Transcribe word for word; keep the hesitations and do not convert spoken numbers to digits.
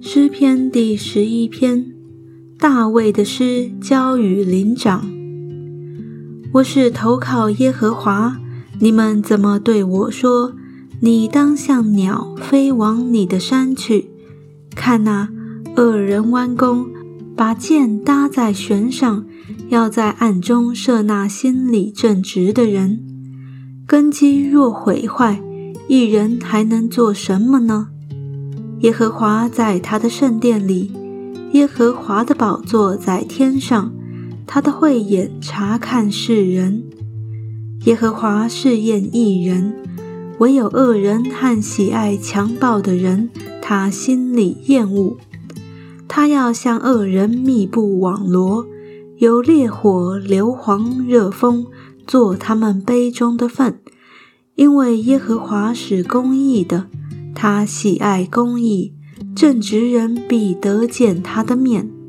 诗篇第十一篇，大卫的诗交与灵长。我是投靠耶和华，你们怎么对我说？你当像鸟飞往你的山去。看哪，恶人弯弓，把箭搭在弦上，要在暗中射那心里正直的人。根基若毁坏，一人还能做什么呢？耶和华在他的圣殿里，耶和华的宝座在天上，他的慧眼察看世人。耶和华试验义人，唯有恶人和喜爱强暴的人，他心里厌恶。他要向恶人密布网罗，有烈火、硫磺、热风做他们杯中的分。因为耶和华是公义的，他喜爱公义，正直人必得见他的面。